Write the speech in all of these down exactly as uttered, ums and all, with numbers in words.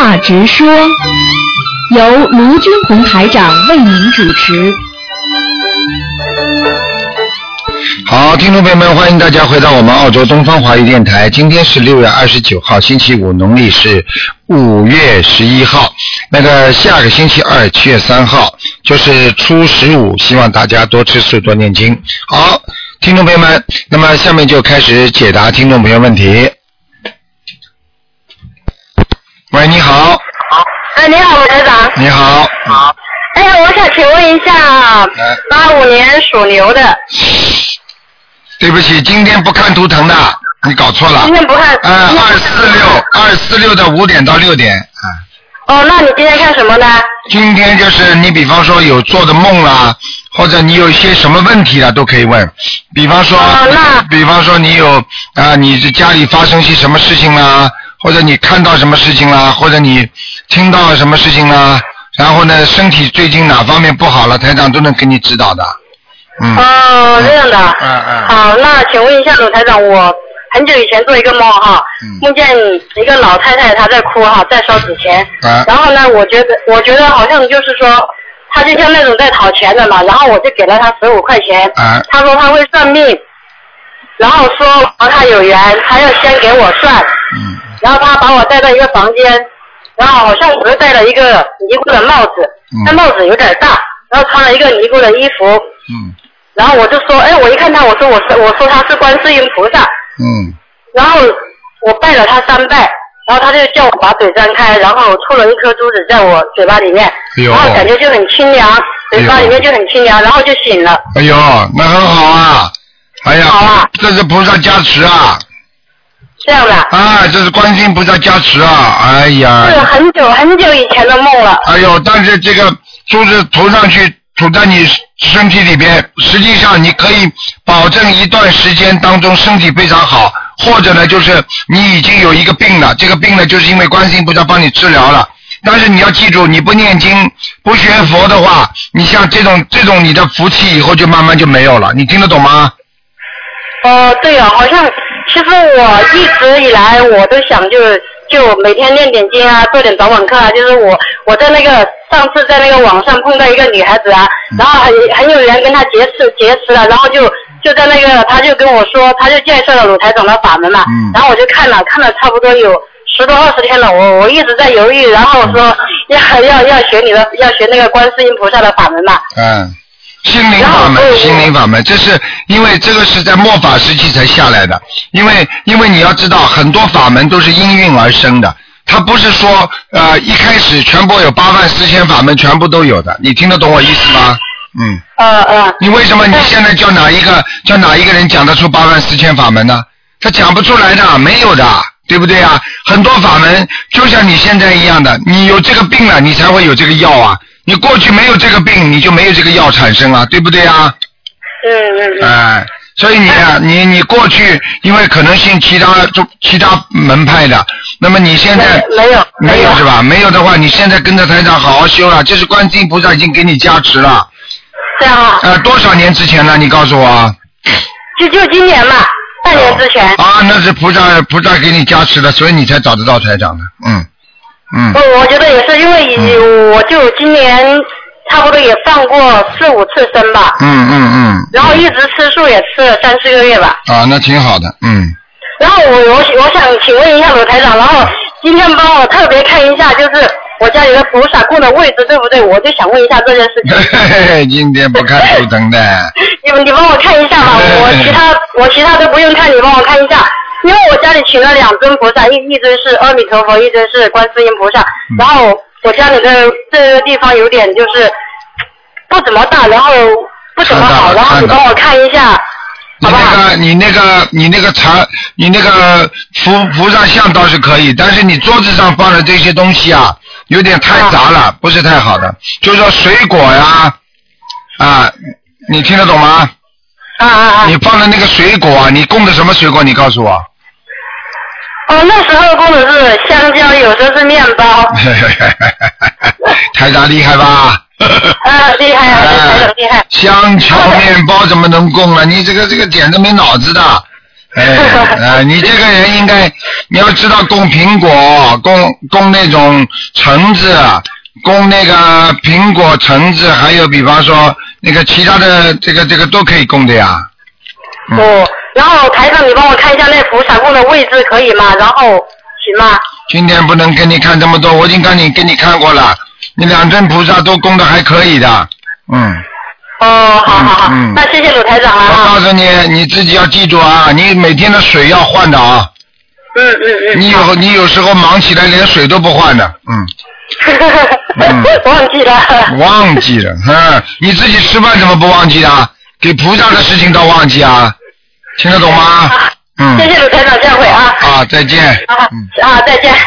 话直说，由卢军红台长为您主持。 好，听众朋友们，欢迎大家回到我们澳洲东方华语电台。今天是六月二十九号，星期五，农历是五月十一号。那个下个星期二，七月三号，就是初十五，希望大家多吃素，多念经。好，听众朋友们，那么下面就开始解答听众朋友问题。喂，你好。 哎，你好，卢台长。 你好。 好。哎呀，我想请问一下啊，八五年属牛的。 对不起，今天不看图腾的，你搞错了。 今天不看。 呃，二四六，二四六的五点到六点，啊、 嗯。哦，那你今天看什么呢？ 今天就是你，比方说有做的梦啦，或者你有一些什么问题啦，都可以问。比方说， 哦、那比方说你有啊、呃，你这家里发生些什么事情啦，或者你看到什么事情啦，或者你听到什么事情啦，然后呢，身体最近哪方面不好了，台长都能给你指导的。嗯、 哦，这样的。 嗯嗯。 好，那请问一下鲁台长，我很久以前做一个梦哈，嗯、梦见一个老太太她在哭哈，在烧纸钱。啊、然后呢，我觉得我觉得好像就是说，她就像那种在讨钱的嘛，然后我就给了她十五块钱。啊。她说她会算命，然后说和她有缘，她要先给我算。嗯。然后她把我带到一个房间，然后好像我又戴了一个尼姑的帽子，那、嗯、帽子有点大，然后穿了一个尼姑的衣服。嗯。然后我就说，哎，我一看他，我说我是我说他是观世音菩萨。嗯。然后我拜了他三拜，然后他就叫我把嘴张开，然后吐了一颗珠子在我嘴巴里面，哎、然后感觉就很清凉，嘴巴里面就很清凉，然后就醒了。 哎呦，那很好啊！哎呀，好啊，这是菩萨加持啊！ 这样的。 啊，这是观世音菩萨加持啊！哎呀。 是很久很久以前的梦了。 哎呦，但是这个珠子涂上去。涂在你身体里边，实际上你可以保证一段时间当中身体非常好，或者呢就是你已经有一个病了，这个病呢就是因为观世音菩萨帮你治疗了。但是你要记住，你不念经不学佛的话，你像这种这种你的福气以后就慢慢就没有了，你听得懂吗？ 呃，对啊，好像其实我一直以来我都想就就每天念点经啊，做点早晚课啊，就是我我在那个上次在那个网上碰到一个女孩子啊，然后很很有缘跟她结识结识了，然后就就在那个她就跟我说，她就介绍了鲁台长的法门嘛，嗯、然后我就看了看了差不多有十多二十天了，我我一直在犹豫，然后我说要要要学你的要学那个观世音菩萨的法门嘛。嗯。 心灵法门，心灵法门，这是因为这个是在末法时期才下来的，因为因为你要知道，很多法门都是因运而生的，它不是说呃一开始全部有八万四千法门全部都有的，你听得懂我意思吗？嗯。呃呃。你为什么你现在叫哪一个叫哪一个人讲得出八万四千法门呢？他讲不出来的，没有的，对不对啊？很多法门就像你现在一样的，你有这个病了，你才会有这个药啊。你过去没有这个病，你就没有这个药产生啊，对不对啊？ 嗯嗯嗯。 哎，所以你啊，你你过去因为可能信其他其他门派的，那么你现在没有没有是吧？没有的话，你现在跟着台长好好修了，这是观世音菩萨已经给你加持了。 这样啊。 呃，多少年之前呢？你告诉我。 就就今年嘛，半年之前。 哦、啊，那是菩萨菩萨给你加持的，所以你才找得到台长的，嗯。嗯， 我觉得也是，因为嗯、 我就今年差不多也放过四五次生吧。 嗯嗯嗯。 然后一直吃素也吃了三四个月吧。 啊，那挺好的，嗯。 然后我我我想请问一下罗台长，然后今天帮我特别看一下，就是我家里的菩萨供的位置对不对？我就想问一下这件事情。 嘿嘿，今天不看图腾的。 你你帮我看一下吧，我其他我其他都不用看，你帮我看一下。因为我家里请了两尊菩萨，一一尊是阿弥陀佛，一尊是观世音菩萨。嗯、然后我家里的这个地方有点就是不怎么大，然后不怎么好，然后你帮我看一下，好不好？ 你那个你那个茶，你那个菩菩萨像倒是可以，但是你桌子上放的这些东西啊，有点太杂了，啊、不是太好的。就是说水果呀，啊，你听得懂吗？ 啊啊啊！ 你放的那个水果啊，你供的什么水果？你告诉我。 哦，那时候供的是香蕉，有时候是面包。 台长厉害吧？ 啊，厉害啊！台长厉害。 香蕉面包怎么能供啊？你这个这个简直没脑子的。 哎，呃，你这个人应该，你要知道供苹果，供供那种橙子，供那个苹果、橙子，还有比方说那个其他的这个这个都可以供的呀。 嗯、哦，然后台长，你帮我看一下那菩萨供的位置可以吗？然后行吗？ 今天不能给你看这么多，我已经给你给你看过了，你两尊菩萨都供的还可以的，嗯。 哦，好好好，嗯、那谢谢鲁台长啊。 我告诉你，你自己要记住啊，你每天的水要换的啊。 嗯嗯嗯。 你有你有时候忙起来连水都不换的，嗯。 嗯忘记了。 忘记了，嗯，你自己吃饭怎么不忘记啊？给菩萨的事情都忘记啊？听得懂吗？ 啊、嗯。谢谢鲁台长教诲啊。 啊，再见。 啊、嗯、啊，再见。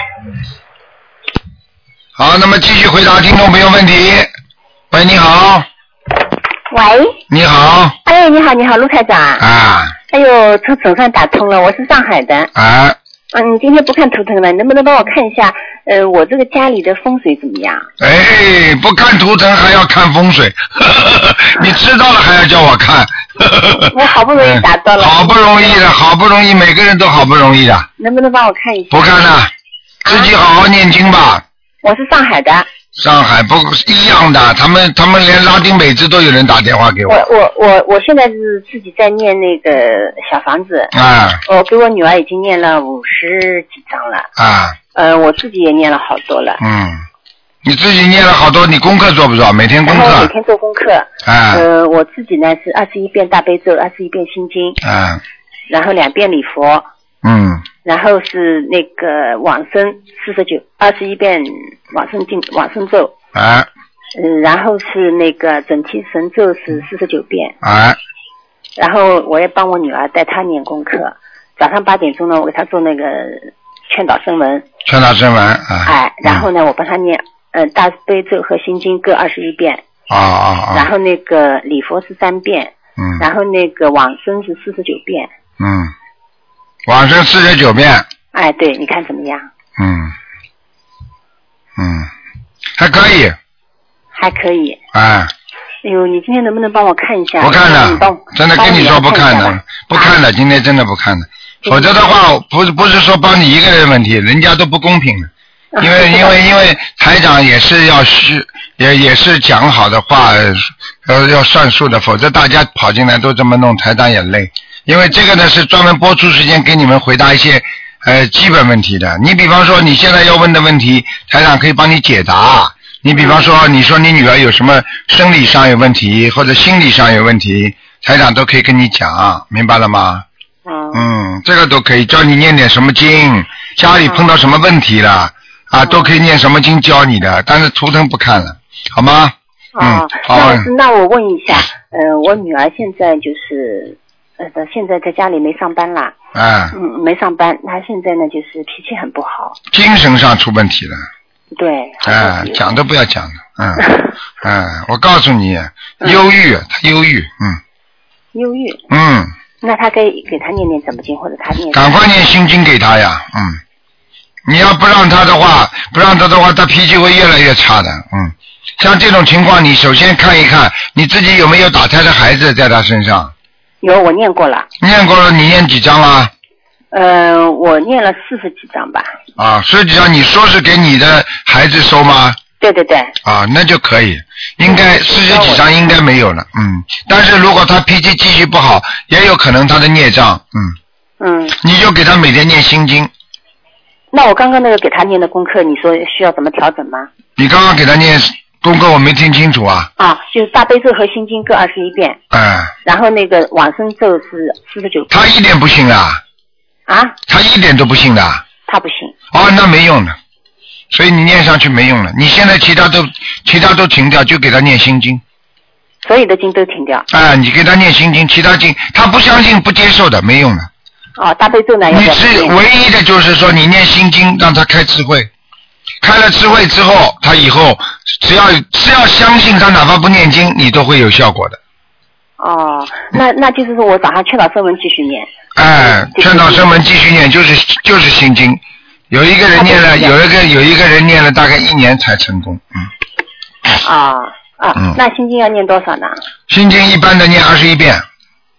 好，那么继续回答听众朋友问题。喂，你好。 喂。 你好。 哎，你好，你好，陆台长。 啊。 哎呦，从总算打通了，我是上海的。 啊。 嗯，你今天不看图腾了，能不能帮我看一下？呃，我这个家里的风水怎么样？ 哎，不看图腾还要看风水，你知道了还要叫我看。 我好不容易打到了。 好不容易的，好不容易，每个人都好不容易的。 能不能帮我看一下？ 不看了，自己好好念经吧。啊、 我是上海的。 上海不一样的，他们他们连拉丁美洲都有人打电话给我。 我我我我现在是自己在念那个小房子。 啊。 我给我女儿已经念了五十几张了。 啊。 呃，我自己也念了好多了。 嗯。你自己念了好多，你功课做不做？每天功课。 然后每天做功课。 啊。 呃，我自己呢是二十一遍大悲咒，二十一遍心经。 啊。然后两遍礼佛。 嗯。 然后是那个往生四十九，二十一遍往生经往生咒。 啊。 嗯，然后是那个准提神咒是四十九遍。 啊。 然后我也帮我女儿带她念功课，早上八点钟呢，我给她做那个劝导声闻。 劝导声闻啊。 哎，然后呢，嗯、我帮她念呃大悲咒和心经各二十一遍。 啊啊啊。 然后那个礼佛是三遍。 嗯。 然后那个往生是四十九遍。 嗯。往生四十九遍。 哎，对，你看怎么样？ 嗯。嗯，还可以。 还可以。 哎。 哎呦，你今天能不能帮我看一下？ 不看的，真的跟你说不看的，不看的，啊、今天真的不看的。否则的话，不是不是说帮你一个人问题，人家都不公平的。因为因为因为台长也是要是也也是讲好的话，呃要算数的，否则大家跑进来都这么弄，台长也累。因为这个呢是专门播出时间给你们回答一些呃基本问题的。你比方说你现在要问的问题，台长可以帮你解答。你比方说你说你女儿有什么生理上有问题或者心理上有问题，台长都可以跟你讲，明白了吗？ 嗯。 嗯，这个都可以教你念点什么经，家里碰到什么问题了啊，都可以念什么经教你的，但是图腾不看了，好吗？ 嗯，好。那那我问一下，呃，我女儿现在就是呃现在在家里没上班啦。 啊。 嗯，没上班，她现在呢就是脾气很不好。 精神上出问题了。 对。 哎，讲都不要讲了，嗯，嗯，我告诉你，忧郁，她忧郁，嗯。 忧郁。 嗯。 那他可以给他念念怎么经，或者他念。 赶快念心经给他呀，嗯。你要不让他的话，不让他的话，他脾气会越来越差的，嗯。像这种情况，你首先看一看你自己有没有打胎的孩子在他身上。 有，我念过了。 念过了，你念几张了？ 呃，我念了四十几张吧。 啊，四十几张，你说是给你的孩子收吗？ 对对对。 啊，那就可以，应该四十几张应该没有了，嗯。但是如果他脾气继续不好，也有可能他的孽障， 嗯。嗯。 你就给他每天念心经。 那我刚刚那个给他念的功课，你说需要怎么调整吗？ 你刚刚给他念功课，我没听清楚啊。 啊，就是大悲咒和心经各二十一遍。 嗯。 然后那个往生咒是四十九遍。 他一点不信啊。 啊？ 他一点都不信的。 他不信。 哦，那没用的。所以你念上去没用了，你现在其他都其他都停掉，就给他念心经。 所有的经都停掉。 啊，你给他念心经，其他经他不相信不接受的，没用的。 哦，大悲咒呢？ 你是唯一的就是说你念心经，让他开智慧，开了智慧之后，他以后只要只要相信他，哪怕不念经，你都会有效果的。 哦，那那就是说我早上劝导声闻继续念。 哎，劝导声闻继续念，就是就是心经。有一个人念了，有一个有一个人念了大概一年才成功，嗯。 啊啊，嗯、那心经要念多少呢？ 心经一般的念二十一遍。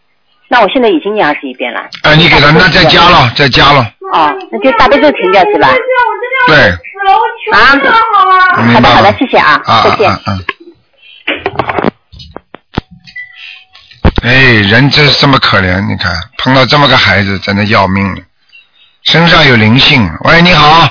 那我现在已经念二十一遍了。 啊，你给他那再加了，再加了。 哦，那就大悲咒停掉是吧？ 对。 啊，好的好的，谢谢啊， 啊再见。 啊啊哎，人真是这么可怜，你看碰到这么个孩子，真的要命了，身上有灵性。喂，你好。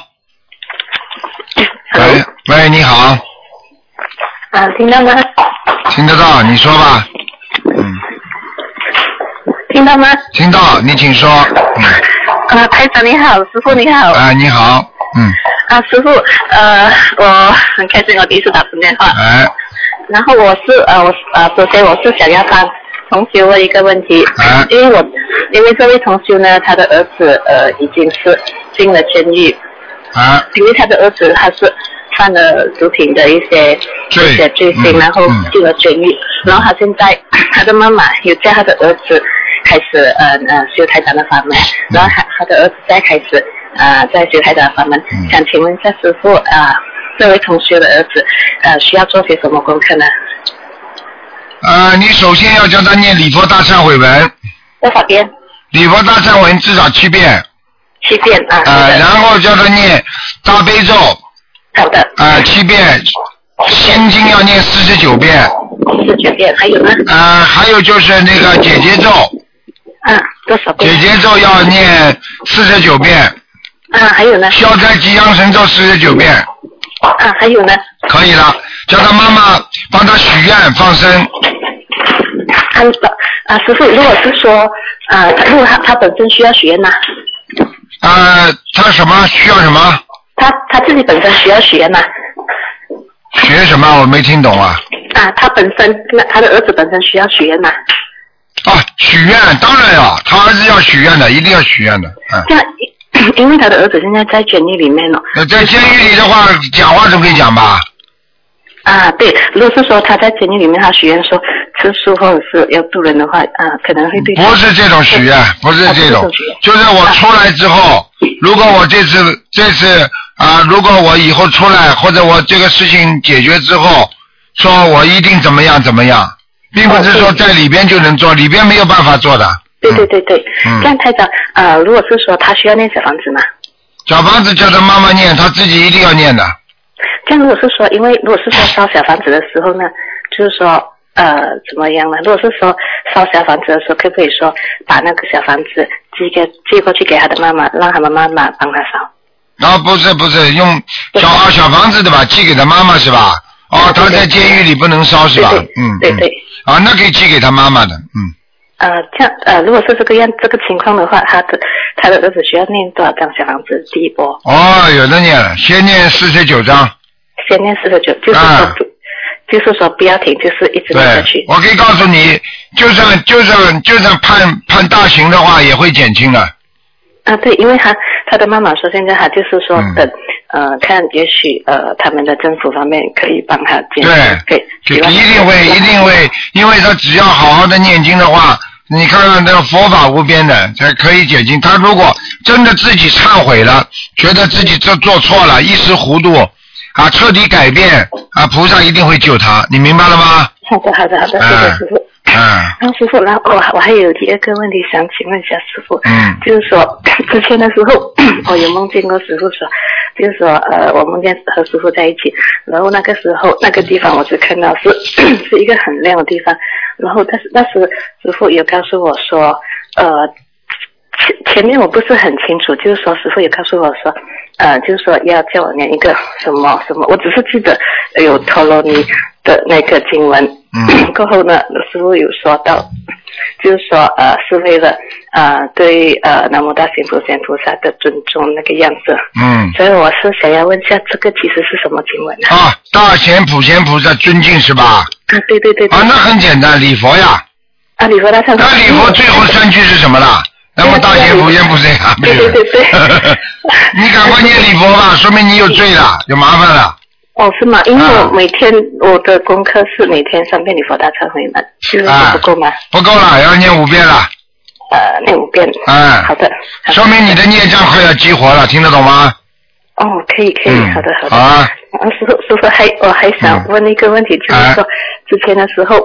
喂喂，你好。 啊，听到吗？ 听得到，你说吧。嗯。 听到吗？ 听到，你请说。嗯。 啊，台长你好，师傅你好。 啊，你好。嗯。 啊，师傅，呃，我很开心，我第一次打通电话。 哎。 然后我是呃，我呃，首先我是想要帮同学问一个问题， 哎。 因为我因为这位同学呢，他的儿子呃已经是进了监狱。 啊。 因为他的儿子他是犯了毒品的一些一些罪行，然后进了监狱，然后他现在他的妈妈有叫他的儿子开始呃呃修台长的法门，然后他他的儿子再开始呃在修台长的法门，想请问一下师父啊、呃，这位同学的儿子呃需要做些什么功课呢？ 呃，你首先要叫他念礼佛大忏悔文。 多少遍？ 礼佛大忏悔文至少七遍。 七遍啊。 呃，然后叫他念大悲咒。 好的。 呃，七遍。心经要念四十九遍。 四十九遍，还有呢？ 呃，还有就是那个姐姐咒。 啊，多少遍？ 姐姐咒要念四十九遍。 啊，还有呢？ 消灾吉祥神咒四十九遍。 啊，还有呢？ 可以了，叫他妈妈帮他许愿放生。 啊啊，师傅，如果是说啊，如果他他本身需要许愿呢？ 呃，他什么需要什么？ 他他自己本身需要许愿吗？ 学什么？我没听懂啊。 啊，他本身那他的儿子本身需要许愿吗？ 啊，许愿当然要，他儿子要许愿的，一定要许愿的。嗯。 这样，因为他的儿子现在在监狱里面了。 呃，在监狱里的话，讲话总可以讲吧？ 啊，对，如果是说他在监狱里面，他许愿说吃素或者是要渡人的话，啊，可能会对。 不是这种许愿，不是这种，就是我出来之后，如果我这次这次啊，如果我以后出来或者我这个事情解决之后，说我一定怎么样怎么样，并不是说在里边就能做，里边没有办法做的。 对对对对， 嗯、 这样台长，呃，如果是说他需要念小房子吗？ 小房子叫他妈妈念，他自己一定要念的。 这样如果是说，因为如果是说烧小房子的时候呢，就是说呃怎么样呢？如果是说烧小房子的时候，可不可以说把那个小房子寄给寄过去给他的妈妈，让他们妈妈帮他烧？ 啊，不是不是，用小啊小房子的吧，寄给他妈妈是吧？哦，他在监狱里不能烧是吧？ 对对嗯， 对对。 啊，那可以寄给他妈妈的，嗯。 呃，这样呃，如果是这个样这个情况的话，他的他的儿子需要念多少张小房子？第一波。 哦，有的念了，先念四十九张。 先念四十九，就是说、啊，就是说不要停，就是一直念下去。 我可以告诉你，就算就算就算判判大刑的话，也会减轻的。 啊，对，因为他他的妈妈说，现在他就是说等、嗯、呃看，也许呃他们的政府方面可以帮他减轻，对， 对，一定会一定会，因为他只要好好的念经的话。你看看这个佛法无边的，才可以减轻。他如果真的自己忏悔了，觉得自己这做错了，一时糊涂啊，彻底改变啊，菩萨一定会救他。你明白了吗？ 好的，好的，好的，谢谢师傅。 嗯。 然后师傅，然后我我还有第二个问题想请问一下师傅， 嗯， 就是说之前的时候，我有梦见过师傅说，就是说呃，我梦见和师傅在一起，然后那个时候那个地方我只看到是是一个很亮的地方，然后但是那时师傅有告诉我说，呃。前前面我不是很清楚，就是说师傅也告诉我说，呃，就是说要叫我念一个什么什么，我只是记得有陀罗尼的那个经文。嗯。过后呢，师傅有说到，就是说呃是为了呃对呃南无大行普贤菩萨的尊重那个样子。嗯。所以我是想要问一下，这个其实是什么经文呢？ 啊，大贤普贤菩萨尊敬是吧？ 啊，对对对对。 啊，那很简单，礼佛呀。 啊，礼佛大忏悔。 那礼佛最后三句是什么啦？那么大贤普贤菩萨呀， 对对对对。 你赶快念礼佛吧，说明你有罪了，有麻烦了。 哦，是吗？因为我每天、啊、我的功课是每天三遍礼佛大忏悔文，就是不够吗、啊？ 不够了，要念五遍了。 呃，念五遍。 嗯。 好的。 说明你的孽障快要激活了，听得懂吗？ 哦，可以可以，嗯、好的好的。 啊。 然后师傅师傅还我还想问一个问题，嗯、就是说、啊、之前的时候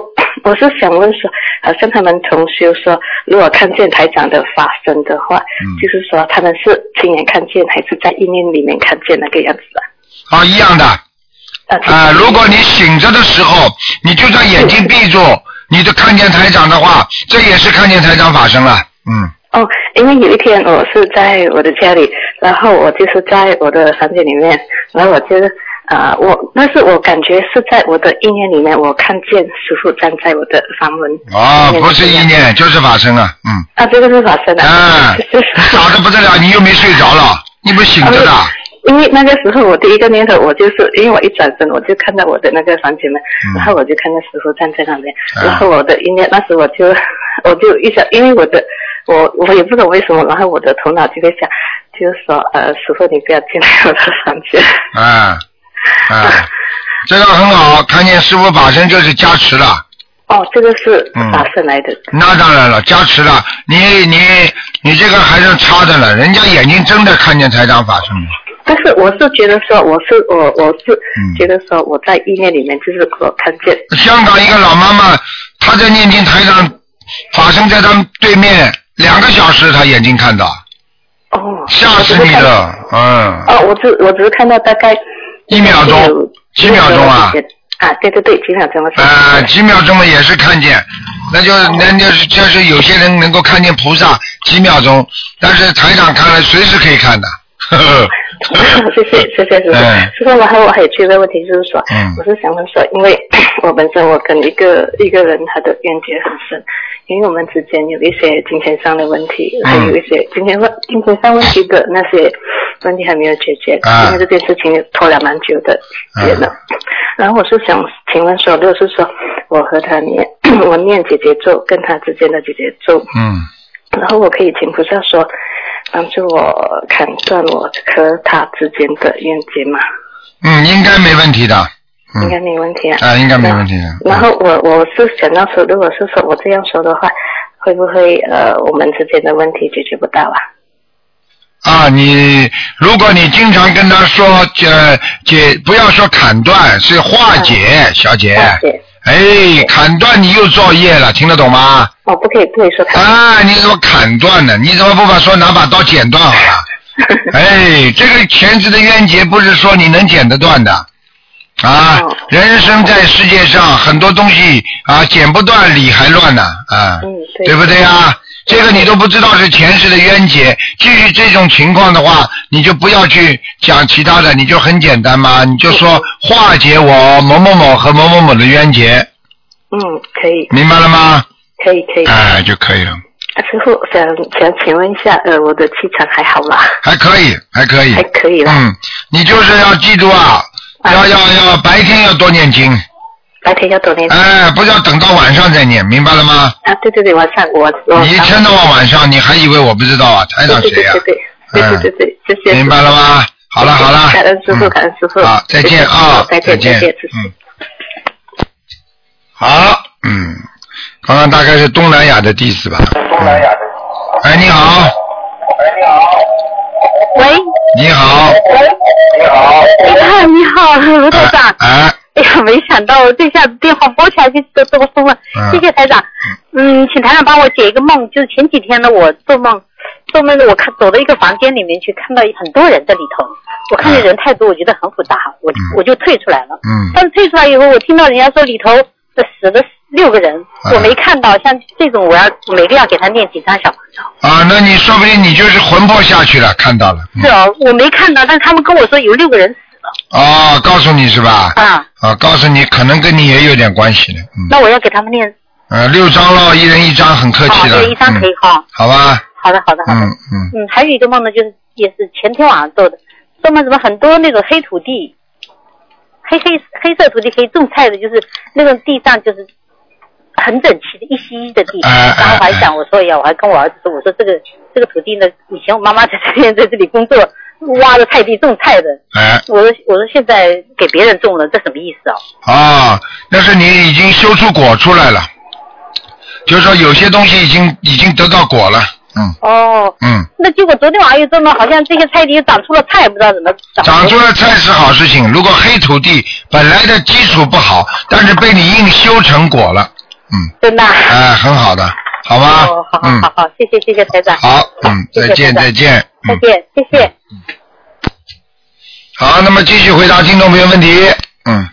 我是想问说，好像他们同修说，如果看见台长的法身的话，嗯、就是说他们是亲眼看见，还是在意念里面看见那个样子啊？ 啊，一样的。啊、呃，如果你醒着的时候，你就算眼睛闭住，你都看见台长的话，这也是看见台长法身了。嗯。 哦，因为有一天我是在我的家里，然后我就是在我的房间里面，然后我就是。啊、呃，我但是我感觉是在我的意念里面，我看见师父站在我的房门。 哦，不是意念，就是法身啊，嗯。 啊，这个是法身啊。 啊，早的不得了，你又没睡着了，你不醒着的。 啊、因为那个时候我第一个念头，我就是因为我一转身，我就看到我的那个房间门，嗯、然后我就看到师父站在那边，嗯、然后我的意念，那时我就我就一想，因为我的我我也不懂为什么，然后我的头脑就在想，就是说呃，师父你不要进来我的房间。 啊。啊，这个很好，看见师父法身就是加持了。 哦，这个是法身来的。 嗯、那当然了，加持了。你你你这个还是差的了，人家眼睛真的看见台长法身了。 但是我是觉得说，我是我我是觉得说我在意念里面就是我看见。 香港一个老妈妈，她在念经台长法身在她对面两个小时，她眼睛看到。 哦。 吓死你了，嗯。 哦，我只我只是看到大概。 一秒钟，几秒钟啊？ 啊，对对对，几秒钟了。 啊，几秒钟也是看见，那就那就是就是有些人能够看见菩萨几秒钟，但是台长看了随时可以看的。呵呵谢谢谢谢师傅。师傅，然后我还有一个问题就是说，嗯、我是想问说，因为我本身我跟一个一个人他的冤结很深，因为我们之间有一些金钱上的问题，嗯、还有一些金钱问金钱上问题的那些问题还没有解决，啊、因为这件事情拖了蛮久的时间了。嗯、然后我是想请问说，就是说我和他念我念姐姐咒跟他之间的姐姐咒，嗯，然后我可以请菩萨说。帮助我砍断我和他之间的冤结吗？ 嗯，应该没问题的。 嗯、应该没问题啊。 啊，应该没问题的。 然后我我是想到说，如果是说我这样说的话，会不会呃我们之间的问题解决不到啊？ 啊，你如果你经常跟他说呃解，不要说砍断，是化解，啊、小姐。化解。哎，砍断你又造业了，听得懂吗？ 哦，不可以，不可以说砍断。 啊，你怎么砍断呢？你怎么不把说拿把刀剪断好了？哎，这个前世的冤结不是说你能剪得断的啊！哦、人生在世界上很多东西啊，剪不断理还乱呢啊，嗯、对, 对不对啊？这个你都不知道是前世的冤结，继续这种情况的话，你就不要去讲其他的，你就很简单嘛，你就说化解我某某某和某某某的冤结。 嗯，可以。 明白了吗？ 可以，可以。 哎，就可以了。 师傅，想想请问一下，呃，我的气场还好吗？ 还可以，还可以。 还可以了。 嗯，你就是要记住啊，啊要要要白天要多念经。 白天要多念经。 哎，不要等到晚上再念，明白了吗？ 啊，对对对，晚上我我。 你一天到晚晚上，你还以为我不知道啊？台长谁呀？ 对对对对对对对，谢谢。 明白了吗？好了好了。 感恩师傅，感恩师傅。 好，再见啊！ 再见再见， 嗯。好，嗯，刚刚大概是东南亚的弟子吧。东南亚的。哎，你好。 哎，你好。喂。 你好。 喂。你好。哎，你好，卢台长。 哎。 哎呀，没想到我这下子电话拨起来就都都疯了。嗯、谢谢台长。嗯，请台长帮我解一个梦，就是前几天呢，我做梦，做梦我看走到一个房间里面去，看到很多人在里头。我看见人太多，我觉得很复杂，我、嗯、我就退出来了。嗯。但是退出来以后，我听到人家说里头死了六个人，嗯、我没看到。像这种，我要每个要给他念几张小房子。 啊，那你说不定你就是魂魄下去了，看到了。 嗯、是哦，我没看到，但是他们跟我说有六个人死。 哦，告诉你是吧？ 啊。 啊，告诉你，可能跟你也有点关系的。嗯。 那我要给他们念。 呃，六张了，一人一张，很客气的。 哦，一人一张可以哈、嗯。 好吧。 好的，好的，好的。 嗯嗯。 嗯，还有一个梦呢，就是也是前天晚上做的，做梦什么很多那种黑土地，黑黑黑色土地可以种菜的，就是那种地上就是很整齐的一稀的地。 哎、 然后我还想，我说呀，我还跟我儿子说，我说这个这个土地呢，以前我妈妈在这边在这里工作。挖的菜地种菜的， 哎， 我说我说现在给别人种了，这什么意思啊？ 啊，那是你已经修出果出来了，就是说有些东西已经已经得到果了，嗯。 哦。 嗯。 那结果昨天晚上又做梦，好像这些菜地又长出了菜，不知道怎么长。 长出了菜是好事情，如果黑土地本来的基础不好，但是被你硬修成果了。 嗯。 真的。 哎，很好的，好吧？ 哦，好好好好，谢谢谢谢台长。 好，嗯，再见再见。 再见，谢谢。 好，那么继续回答听众朋友问题。嗯。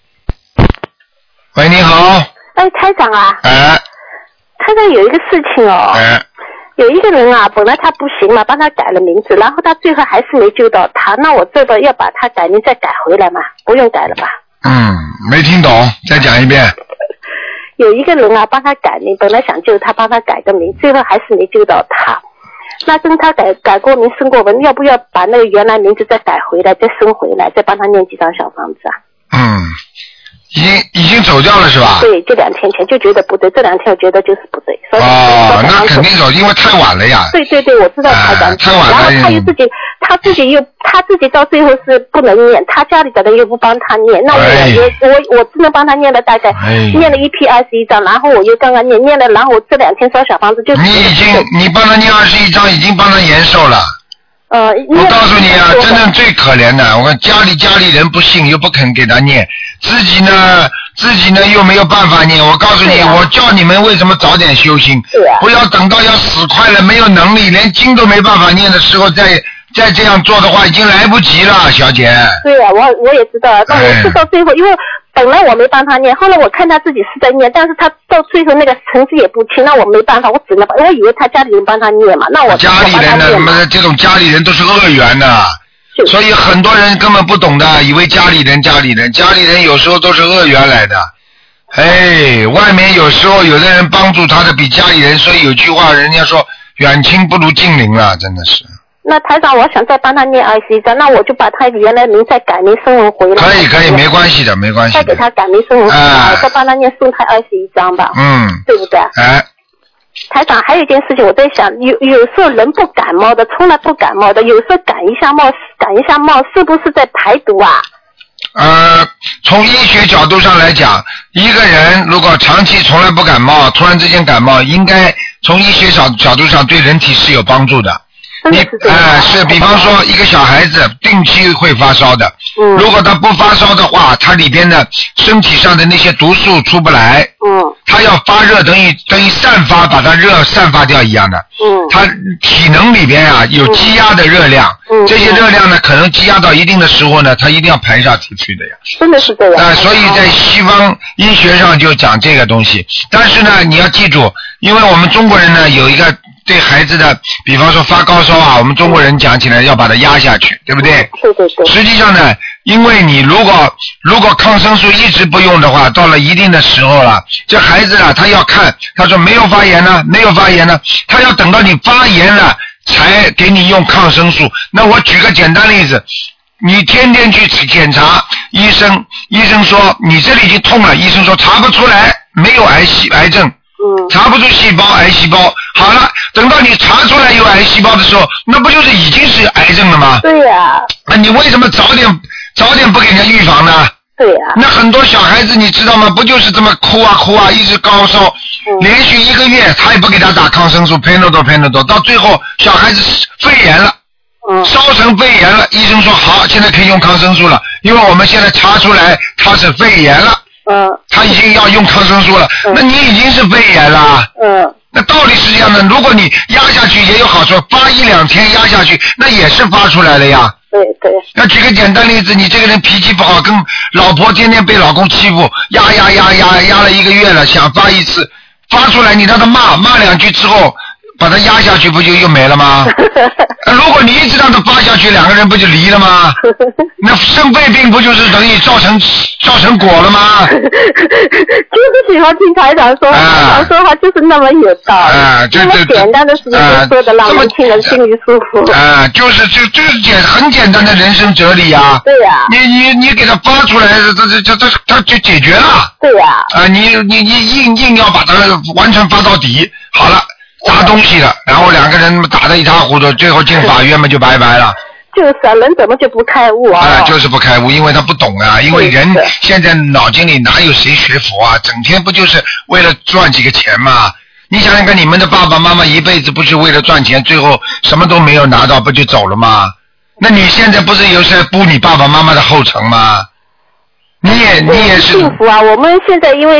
喂，你好。 哎，台长啊。 哎。 台长有一个事情哦。 哎。 有一个人啊，本来他不行嘛，帮他改了名字，然后他最后还是没救到他，那我这个要把他改名再改回来嘛？不用改了吧？ 嗯，没听懂，再讲一遍。 有一个人啊，帮他改名，本来想救他，帮他改个名，最后还是没救到他。那跟他改改过名、升过文，要不要把那个原来名字再改回来，再升回来，再帮他念几张小房子啊？ 嗯，已经已经走掉了是吧？ 对，这两天前就觉得不对，这两天我觉得就是不对。所以哦，那肯定走，因为太晚了呀。 对对对，我知道台长、 啊。太晚了。 然后他又自己，他自己又他自己到最后是不能念，他家里的人又不帮他念，那我也、哎、我我只能帮他念了大概、哎、念了一批二十一章，然后我又刚刚念念了，然后我这两天烧小房子就。 你已经你帮他念二十一章，已经帮他延寿了。 呃， 我告诉你啊，真正最可怜的，我看家里家里人不信，又不肯给他念，自己呢自己呢又没有办法念。我告诉你，啊、我叫你们为什么早点修心， 啊、 不要等到要死快了，没有能力，连经都没办法念的时候再再这样做的话，已经来不及了，小姐。 对啊，我我也知道，但我是到最后，哎、因为本来我没帮他念，后来我看他自己是在念，但是他到最后那个成绩也不清，那我没办法，我只能我以为他家里人帮他念嘛，那我家里人呢，什么这种家里人都是恶缘的，所以很多人根本不懂的，以为家里人家里人家里人有时候都是恶缘来的。哎，外面有时候有的人帮助他的比家里人，所以有句话人家说远亲不如近邻了，真的是。 那台长，我想再帮他念二十一章，那我就把他原来名再改名声文回来。 可以可以，没关系的，没关系的。 再给他改名声文回来， 哎、 再帮他念宋太二十一章吧。 嗯。 对不对？ 哎。 台长，还有一件事情，我在想，有有时候人不感冒的，从来不感冒的，有时候感一下冒，感一下冒，是不是在排毒啊？ 呃，从医学角度上来讲，一个人如果长期从来不感冒，突然之间感冒，应该从医学角角度上对人体是有帮助的。你哎、呃、是，比方说一个小孩子定期会发烧的， 嗯， 如果他不发烧的话，他里边的身体上的那些毒素出不来， 嗯， 他要发热等于等于散发，把它热散发掉一样的， 嗯， 他体能里边啊有积压的热量， 嗯， 这些热量呢可能积压到一定的时候呢，他一定要排下体去的呀， 真的是这样。 啊、呃，所以在西方医学上就讲这个东西，但是呢你要记住，因为我们中国人呢有一个。对孩子的，比方说发高烧啊，我们中国人讲起来要把它压下去，对不对？ 对对对。 实际上呢，因为你如果如果抗生素一直不用的话，到了一定的时候了，这孩子啊，他要看，他说没有发炎呢，没有发炎呢，他要等到你发炎了才给你用抗生素。那我举个简单例子，你天天去检查，医生医生说你这里已经痛了，医生说查不出来，没有癌细癌症。 嗯， 查不出细胞，癌细胞。好了，等到你查出来有癌细胞的时候，那不就是已经是癌症了吗？ 对呀、啊。 那你为什么早点早点不给人家预防呢？ 对呀、啊。 那很多小孩子你知道吗？不就是这么哭啊哭啊，一直高烧，嗯、连续一个月，他也不给他打抗生素 ，Panadol Panadol， 到最后小孩子肺炎了。 嗯。 烧成肺炎了，医生说好，现在可以用抗生素了，因为我们现在查出来他是肺炎了。 嗯， 他已经要用抗生素了，嗯、那你已经是肺炎了。 嗯， 那道理是这样的，如果你压下去也有好处，发一两天压下去，那也是发出来了呀。 对对。 那举个简单例子，你这个人脾气不好，跟老婆天天被老公欺负，压压压压压了一个月了，想发一次，发出来你让他骂骂两句之后，把他压下去，不就又没了吗？如果你一直让他发下去，两个人不就离了吗？那生肺病不就是等于造成造成果了吗？ 就是喜欢听台长说，台长说话就是那么有道理， 啊， 那么简单的事情就说的让我们听了心里舒服。 啊，就是就就是简很简单的人生哲理呀。 对呀。 你你你给他发出来，这这这这他就解决了。 对呀。 啊，你你你硬硬要把它完全发到底，好了。砸东西了，然后两个人打得一塌糊涂，最后进法院嘛就拜拜了。 就是啊，人怎么就不开悟啊？ 啊，就是不开悟，因为他不懂啊。因为人现在脑筋里哪有谁学佛啊？整天不就是为了赚几个钱吗？你想想看，你们的爸爸妈妈一辈子不是为了赚钱，最后什么都没有拿到，不就走了吗？那你现在不是有在步你爸爸妈妈的后尘吗？你也你也是幸福啊！我们现在因为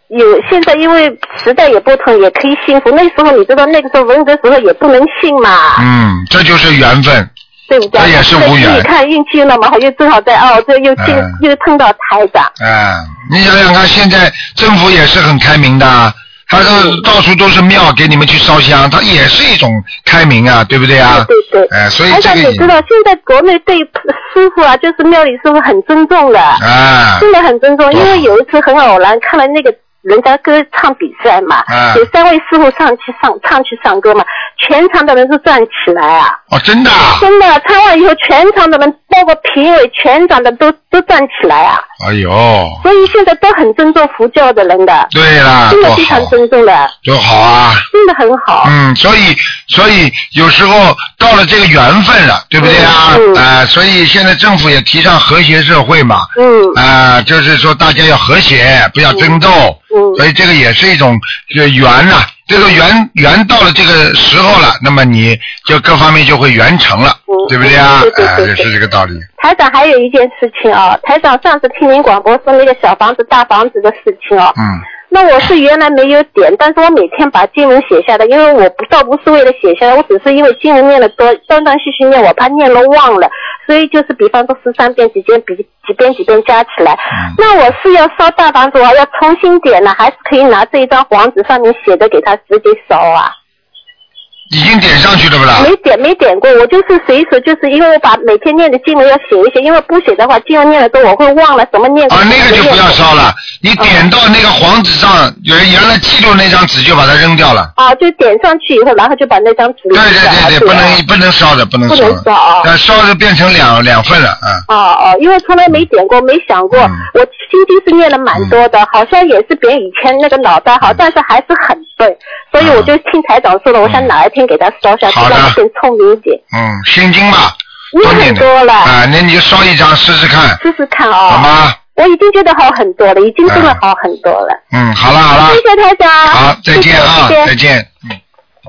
有现在因为时代也不同，也可以幸福。那时候你知道，那个时候文革时候也不能信嘛。 嗯，这就是缘分。 对不对？ 这也是无缘。 你看运气那么好，又正好在澳洲，又进、嗯、又碰到台长。 嗯，你想想看，现在政府也是很开明的，他说到处都是庙，给你们去烧香，它也是一种开明啊，对不对啊？ 对对对。 哎，所以这个你知道，现在国内对师傅啊，就是庙里师傅很尊重的，啊，真的很尊重。因为有一次很偶然看了那个。人家歌唱比赛嘛，啊、有三位师傅上去上唱去唱歌嘛，全场的人都站起来啊！ 哦，真的、啊？ 真的，唱完以后，全场的人，包括评委，全场的都都站起来啊！ 哎呦！ 所以现在都很尊重佛教的人的。 对啦， 真的非常尊重的。 多好啊！ 真的很好。 嗯，所以所以有时候到了这个缘分了，对不对啊？嗯。啊、呃，所以现在政府也提倡和谐社会嘛。嗯。啊、呃，就是说大家要和谐，不要争斗。嗯。所以这个也是一种缘呐、啊，这个缘缘到了这个时候了，那么你就各方面就会圆成了，嗯、对不对啊？ 对对对对， 也、呃、是这个道理。 台长还有一件事情啊，台长上次听您广播说那个小房子大房子的事情啊，嗯，那我是原来没有点，但是我每天把经文写下来，因为我不倒不是为了写下来，我只是因为经文念的多，断断续续念，我怕念了忘了，所以就是比方说十三遍几遍比几遍几遍加起来、嗯。那我是要烧大房子，我要重新点呢，还是可以拿这一张黄纸上面写的给他直接烧啊？ 已经点上去了不啦？ 没点没点过，我就是随手，就是因为我把每天念的经文要写一写，因为不写的话，经文念的多我会忘了怎么念。 啊，那个就不要烧了，你点到那个黄纸上，原、嗯、原来记录那张纸就把它扔掉了。 啊，就点上去以后，然后就把那张纸。 对对对对，不能不能烧的，不能烧。 不能烧啊！ 呃，烧就变成两两份了，嗯。 哦哦，因为从来没点过，没想过，嗯、我心经是念了蛮多的、嗯，好像也是比以前那个脑袋好，嗯、但是还是很笨，所以我就听台长说了，嗯、我想哪一天给他烧下去。 好的， 更聪明一点。 嗯，心经吧， 念很多了啊，那你就烧一张试试看。 试试看啊、哦， 好吗？ 我已经觉得好很多了，已经真的好很多了。 嗯，好了好了， 谢谢台长。 好，再见啊，再见。嗯。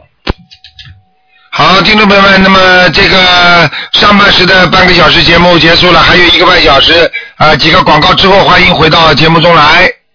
好，听众朋友们，那么这个上半时的半个小时节目结束了，还有一个半小时，呃，几个广告之后，欢迎回到节目中来。